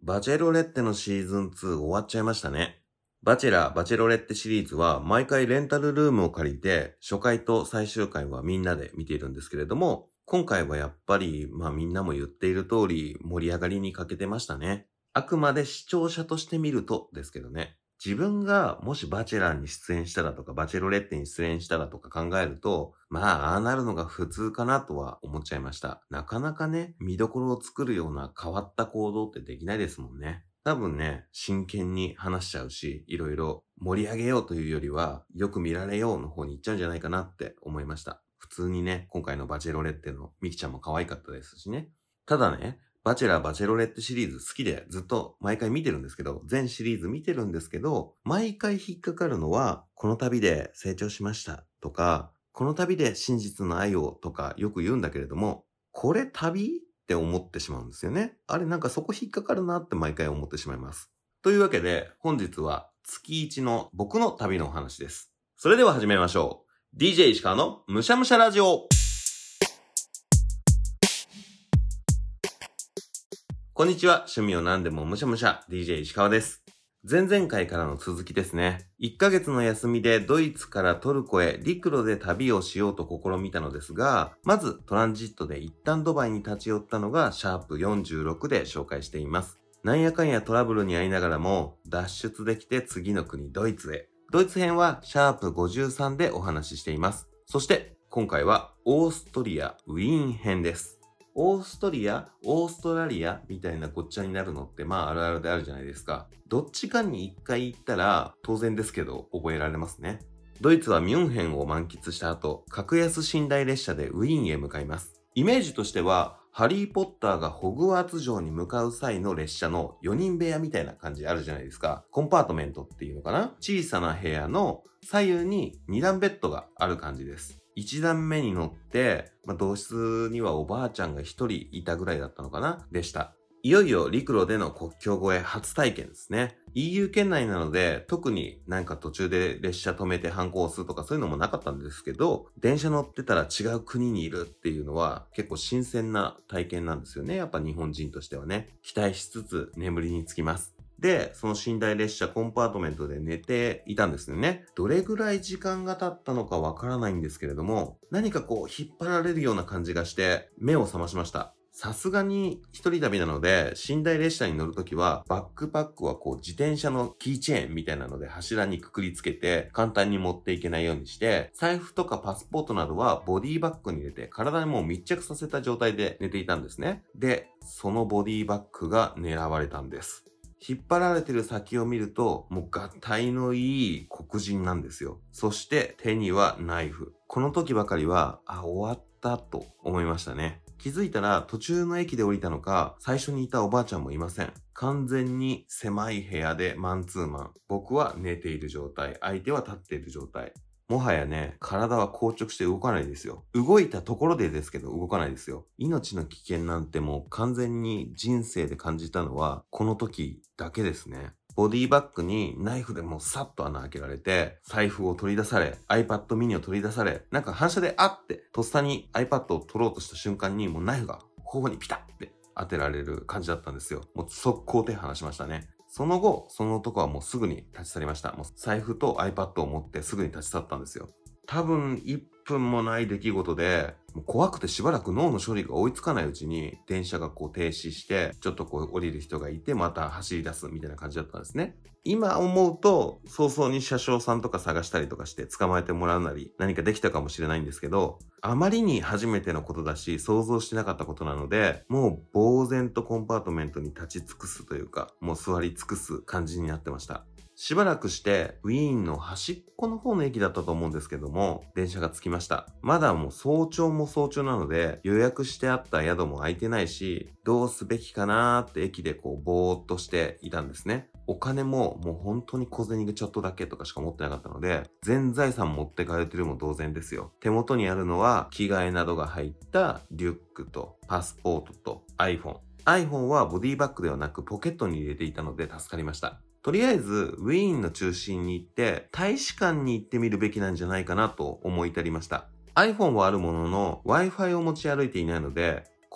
バチェロレッテのシーズン2終わっちゃいましたね。バチェラー、バチェロレッテシリーズは毎回レンタルルームを借りて初回と最終回はみんなで見ているんですけれども、今回はやっぱりみんなも言っている通り盛り上がりに欠けてましたね。あくまで視聴者として見るとですけどね。自分がもしバチェラーに出演したらとかバチェロレッテに出演したらとか考えると、ああなるのが普通かなとは思っちゃいました。なかなかね、見どころを作るような変わった行動ってできないですもんね。多分ね、真剣に話しちゃうし、いろいろ盛り上げようというよりは、よく見られようの方に行っちゃうんじゃないかなって思いました。普通にね、今回のバチェロレッテのミキちゃんも可愛かったですしね。ただね、バチェラー、バチェロレッテシリーズ好きでずっと毎回見てるんですけど、全シリーズ見てるんですけど、毎回引っかかるのは、この旅で成長しましたとか、この旅で真実の愛をとかよく言うんだけれども、これ旅って思ってしまうんですよね。あれなんかそこ引っかかるなって毎回思ってしまいます。というわけで、本日は月1の僕の旅のお話です。それでは始めましょう。DJ 石川のむしゃむしゃラジオ。こんにちは。趣味を何でもむしゃむしゃ DJ 石川です。前々回からの続きですね。1ヶ月の休みでドイツからトルコへ陸路で旅をしようと試みたのですが、まずトランジットで一旦ドバイに立ち寄ったのがシャープ46で紹介しています。なんやかんやトラブルに遭いながらも脱出できて次の国ドイツへ。ドイツ編はシャープ53でお話ししています。そして今回はオーストリア・ウィーン編です。オーストリア、オーストラリアみたいなごっちゃになるのってあるあるであるじゃないですか。どっちかに一回行ったら当然ですけど覚えられますね。ドイツはミュンヘンを満喫した後、格安寝台列車でウィーンへ向かいます。イメージとしては、ハリーポッターがホグワーツ城に向かう際の列車の4人部屋みたいな感じあるじゃないですか。コンパートメントっていうのかな？小さな部屋の左右に2段ベッドがある感じです。1段目に乗って、同室にはおばあちゃんが1人いたぐらいだったのかなでした。いよいよ陸路での国境越え初体験ですね。EU 圏内なので特に途中で列車止めて反抗をするとかそういうのもなかったんですけど、電車乗ってたら違う国にいるっていうのは結構新鮮な体験なんですよね。やっぱ日本人としてはね。期待しつつ眠りにつきます。で、その寝台列車コンパートメントで寝ていたんですよね。どれぐらい時間が経ったのかわからないんですけれども、何か引っ張られるような感じがして目を覚ましました。さすがに一人旅なので、寝台列車に乗るときはバックパックは自転車のキーチェーンみたいなので柱にくくりつけて簡単に持っていけないようにして、財布とかパスポートなどはボディバッグに入れて体にもう密着させた状態で寝ていたんですね。で、そのボディバッグが狙われたんです。引っ張られてる先を見ると、もうがたいのいい黒人なんですよ。そして手にはナイフ。この時ばかりは、終わったと思いましたね。気づいたら途中の駅で降りたのか、最初にいたおばあちゃんもいません。完全に狭い部屋でマンツーマン。僕は寝ている状態。相手は立っている状態。もはやね、体は硬直して動かないですよ。動いたところでですけど動かないですよ。命の危険なんてもう完全に人生で感じたのはこの時だけですね。ボディバッグにナイフでもうサッと穴開けられて、財布を取り出され、iPad mini を取り出され、反射でとっさに iPad を取ろうとした瞬間にもうナイフが頬にピタッって当てられる感じだったんですよ。もう速攻手離しましたね。その後、その男はもうすぐに立ち去りました。もう財布と iPad を持ってすぐに立ち去ったんですよ。多分1分もない出来事で、もう怖くてしばらく脳の処理が追いつかないうちに電車が停止して、ちょっと降りる人がいてまた走り出すみたいな感じだったんですね。今思うと早々に車掌さんとか探したりとかして捕まえてもらうなり何かできたかもしれないんですけど、あまりに初めてのことだし想像してなかったことなので、もう呆然とコンパートメントに立ち尽くすというか、もう座り尽くす感じになってました。しばらくしてウィーンの端っこの方の駅だったと思うんですけども、電車が着きました。まだもう早朝も早朝なので予約してあった宿も空いてないし、どうすべきかなーって駅でぼーっとしていたんですね。お金ももう本当に小銭がちょっとだけとかしか持ってなかったので、全財産持ってかれてるも同然ですよ。手元にあるのは着替えなどが入ったリュックとパスポートと iPhone はボディバッグではなくポケットに入れていたので助かりました。とりあえずウィーンの中心に行って大使館に行ってみるべきなんじゃないかなと思い至りました。iPhone はあるものの Wi-Fi を持ち歩いていないので、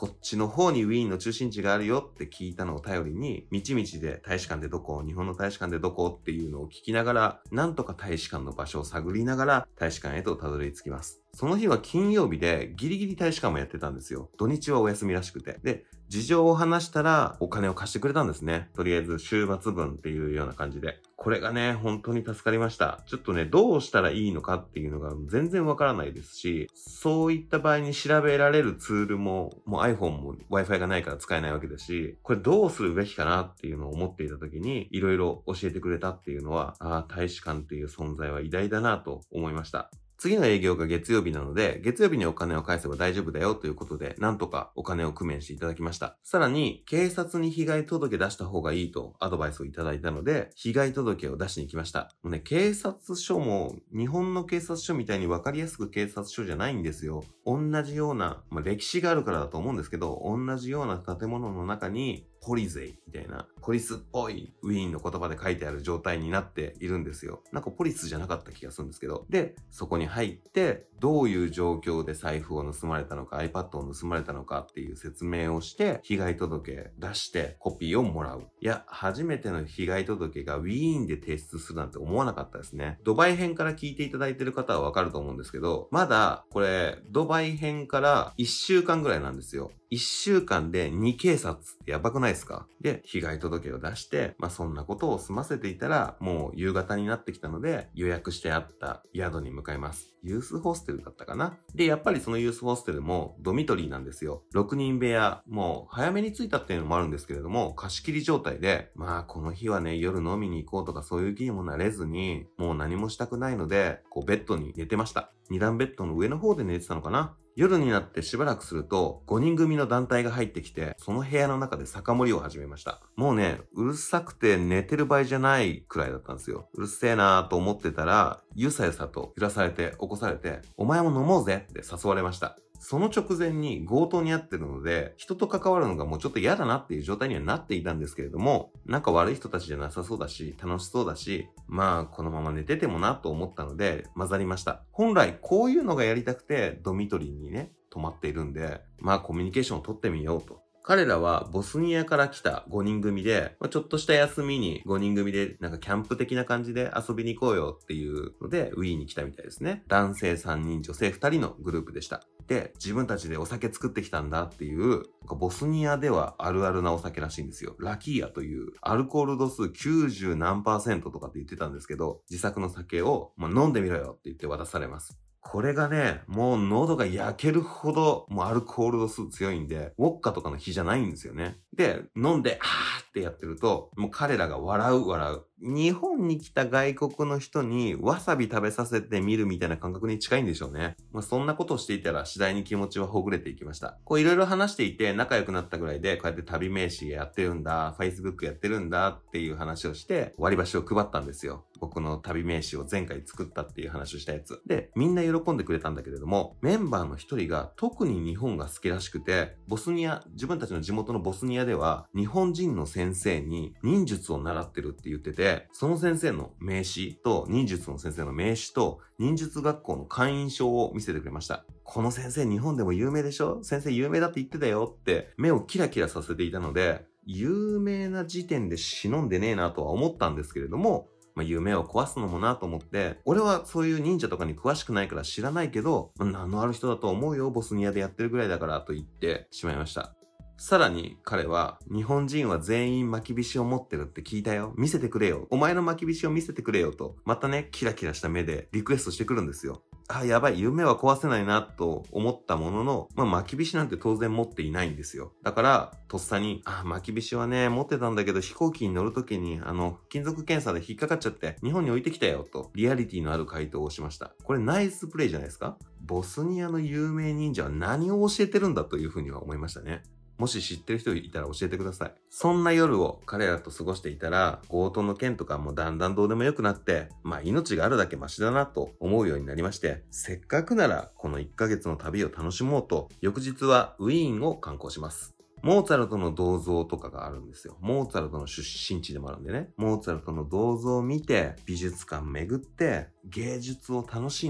こっちの方にウィーンの中心地があるよって聞いたのを頼りに、道々で大使館でどこ、日本の大使館でどこっていうのを聞きながら、なんとか大使館の場所を探りながら大使館へとたどり着きます。その日は金曜日でギリギリ大使館もやってたんですよ。土日はお休みらしくて。で、事情を話したらお金を貸してくれたんですね。とりあえず週末分っていうような感じで。これがね、本当に助かりました。ちょっとね、どうしたらいいのかっていうのが全然わからないですし、そういった場合に調べられるツールも、もう iPhone も Wi-Fi がないから使えないわけですし、これどうするべきかなっていうのを思っていた時に、いろいろ教えてくれたっていうのは、大使館っていう存在は偉大だなと思いました。次の営業が月曜日なので、月曜日にお金を返せば大丈夫だよということで、なんとかお金を工面していただきました。さらに、警察に被害届出した方がいいとアドバイスをいただいたので、被害届を出しに来ました。もうね、警察署も、日本の警察署みたいに分かりやすく警察署じゃないんですよ。同じような、歴史があるからだと思うんですけど、同じような建物の中に、ポリゼイみたいな、ポリスっぽいウィーンの言葉で書いてある状態になっているんですよ。なんかポリスじゃなかった気がするんですけど。で、そこに入って、どういう状況で財布を盗まれたのか、iPad を盗まれたのかっていう説明をして、被害届出してコピーをもらう。いや、初めての被害届がウィーンで提出するなんて思わなかったですね。ドバイ編から聞いていただいている方はわかると思うんですけど、まだこれ、ドバイ編から1週間ぐらいなんですよ。1週間で2警察ってやばくないですか？で、被害届を出して、そんなことを済ませていたら、もう夕方になってきたので、予約してあった宿に向かいます。ユースホステルだったかな？で、やっぱりそのユースホステルもドミトリーなんですよ。6人部屋、もう早めに着いたっていうのもあるんですけれども、貸し切り状態で、この日はね、夜飲みに行こうとかそういう気にもなれずに、もう何もしたくないので、ベッドに寝てました。2段ベッドの上の方で寝てたのかな？夜になってしばらくすると5人組の団体が入ってきて、その部屋の中で酒盛りを始めました。もうね、うるさくて寝てる場合じゃないくらいだったんですよ。うるせえなーと思ってたら、ゆさゆさと揺らされて起こされて、お前も飲もうぜって誘われました。その直前に強盗に遭ってるので、人と関わるのがもうちょっと嫌だなっていう状態にはなっていたんですけれども、なんか悪い人たちじゃなさそうだし、楽しそうだし、このまま寝ててもなと思ったので、混ざりました。本来こういうのがやりたくて、ドミトリーにね、泊まっているんで、コミュニケーションを取ってみようと。彼らはボスニアから来た5人組で、ちょっとした休みに5人組でなんかキャンプ的な感じで遊びに行こうよっていうのでウィーンに来たみたいですね。男性3人、女性2人のグループでした。で、自分たちでお酒作ってきたんだっていう、ボスニアではあるあるなお酒らしいんですよ。ラキーヤというアルコール度数90何%とかって言ってたんですけど、自作の酒を飲んでみろよって言って渡されます。これがね、もう喉が焼けるほど、もうアルコール度数強いんで、ウォッカとかの日じゃないんですよね。で、飲んで、ってやってると、もう彼らが笑う。日本に来た外国の人にわさび食べさせてみるみたいな感覚に近いんでしょうね。そんなことをしていたら次第に気持ちはほぐれていきました。いろいろ話していて仲良くなったぐらいで、こうやって旅名刺やってるんだ、Facebook やってるんだっていう話をして、割り箸を配ったんですよ。僕の旅名刺を前回作ったっていう話をしたやつ。で、みんな喜んでくれたんだけれども、メンバーの一人が特に日本が好きらしくて、自分たちの地元のボスニアでは、日本人の先生に忍術を習ってるって言ってて、その先生の名刺と、忍術の先生の名刺と、忍術学校の会員証を見せてくれました。この先生日本でも有名でしょ？先生有名だって言ってたよって目をキラキラさせていたので、有名な時点で忍んでねえなとは思ったんですけれども、夢を壊すのもなと思って、俺はそういう忍者とかに詳しくないから知らないけど、名のある人だと思うよ、ボスニアでやってるぐらいだからと言ってしまいました。さらに彼は、日本人は全員巻き菱を持ってるって聞いたよ。見せてくれよ。お前の巻き菱を見せてくれよと、またね、キラキラした目でリクエストしてくるんですよ。やばい、夢は壊せないなと思ったものの、巻き菱なんて当然持っていないんですよ。だから、とっさに、巻き菱はね、持ってたんだけど飛行機に乗るときに、金属検査で引っかかっちゃって、日本に置いてきたよと、リアリティのある回答をしました。これナイスプレイじゃないですか？ボスニアの有名忍者は何を教えてるんだというふうには思いましたね。もし知ってる人いたら教えてください。そんな夜を彼らと過ごしていたら、強盗の件とかもだんだんどうでもよくなって、命があるだけマシだなと思うようになりまして、せっかくならこの1ヶ月の旅を楽しもうと、翌日はウィーンを観光します。モーツァルトの銅像とかがあるんですよ。モーツァルトの出身地でもあるんでね。モーツァルトの銅像を見て、美術館巡って、芸術を楽しんで、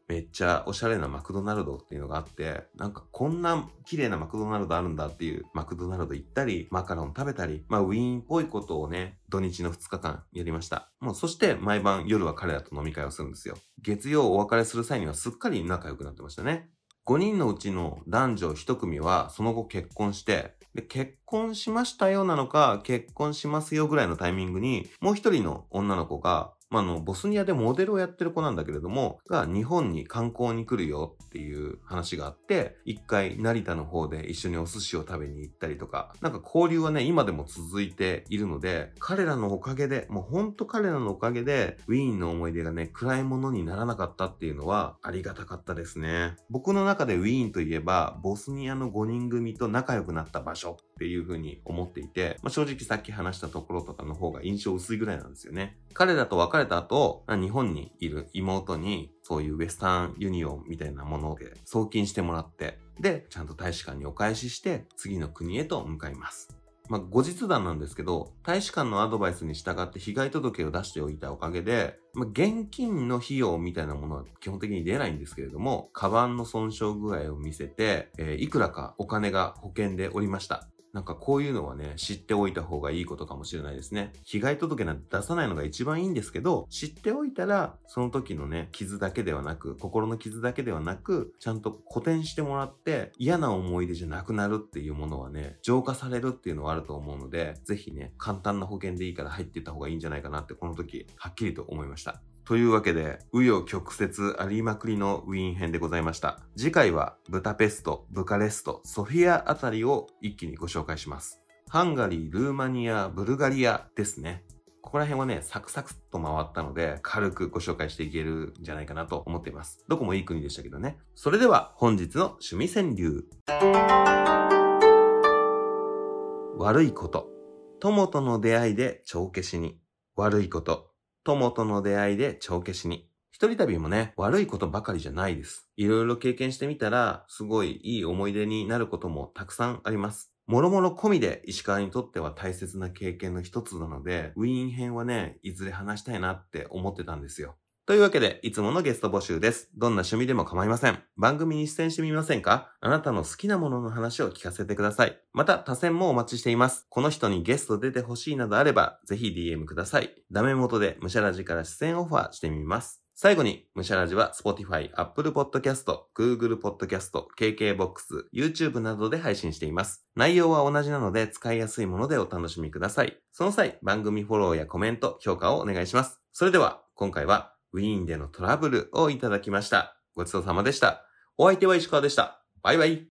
めっちゃおしゃれなマクドナルドっていうのがあって、なんかこんな綺麗なマクドナルドあるんだっていうマクドナルド行ったり、マカロン食べたり、ウィーンっぽいことをね、土日の2日間やりました。そして毎晩夜は彼らと飲み会をするんですよ。月曜お別れする際にはすっかり仲良くなってましたね。5人のうちの男女1組はその後結婚して、で、結婚しましたよなのか、結婚しますよぐらいのタイミングに、もう一人の女の子が、ボスニアでモデルをやってる子なんだけれども、が日本に観光に来るよっていう話があって、一回成田の方で一緒にお寿司を食べに行ったりとか、なんか交流はね、今でも続いているので、彼らのおかげで、もうほんと彼らのおかげで、ウィーンの思い出がね、暗いものにならなかったっていうのはありがたかったですね。僕の中でウィーンといえば、ボスニアの5人組と仲良くなった場所っていう風に思っていて、正直さっき話したところとかの方が印象薄いぐらいなんですよね。彼らと別れた後、日本にいる妹にそういうウェスタンユニオンみたいなもので送金してもらって、で、ちゃんと大使館にお返しして次の国へと向かいます。後日談なんですけど、大使館のアドバイスに従って被害届を出しておいたおかげで、現金の費用みたいなものは基本的に出ないんですけれども、カバンの損傷具合を見せて、いくらかお金が保険でおりました。なんかこういうのはね、知っておいた方がいいことかもしれないですね。被害届なんて出さないのが一番いいんですけど、知っておいたら、その時のね、傷だけではなく、心の傷だけではなく、ちゃんと補填してもらって、嫌な思い出じゃなくなるっていうものはね、浄化されるっていうのはあると思うので、ぜひね、簡単な保険でいいから入っていった方がいいんじゃないかなって、この時、はっきりと思いました。というわけで、紆余曲折ありまくりのウィーン編でございました。次回はブダペスト、ブカレスト、ソフィアあたりを一気にご紹介します。ハンガリー、ルーマニア、ブルガリアですね。ここら辺はね、サクサクっと回ったので、軽くご紹介していけるんじゃないかなと思っています。どこもいい国でしたけどね。それでは本日の趣味川柳。悪いこと。友との出会いで帳消しに。悪いこと。友との出会いで帳消しに。一人旅もね、悪いことばかりじゃないです。いろいろ経験してみたら、すごいいい思い出になることもたくさんあります。もろもろ込みで石川にとっては大切な経験の一つなので、ウィーン編はね、いずれ話したいなって思ってたんですよ。というわけで、いつものゲスト募集です。どんな趣味でも構いません。番組に出演してみませんか？あなたの好きなものの話を聞かせてください。また、他選もお待ちしています。この人にゲスト出てほしいなどあれば、ぜひ DM ください。ダメ元でムシャラジから出演オファーしてみます。最後に、ムシャラジは Spotify、Apple Podcast、Google Podcast、KKBOX、YouTube などで配信しています。内容は同じなので使いやすいものでお楽しみください。その際、番組フォローやコメント、評価をお願いします。それでは、今回はウィーンでのトラブルをいただきました。ごちそうさまでした。お相手は石川でした。バイバイ。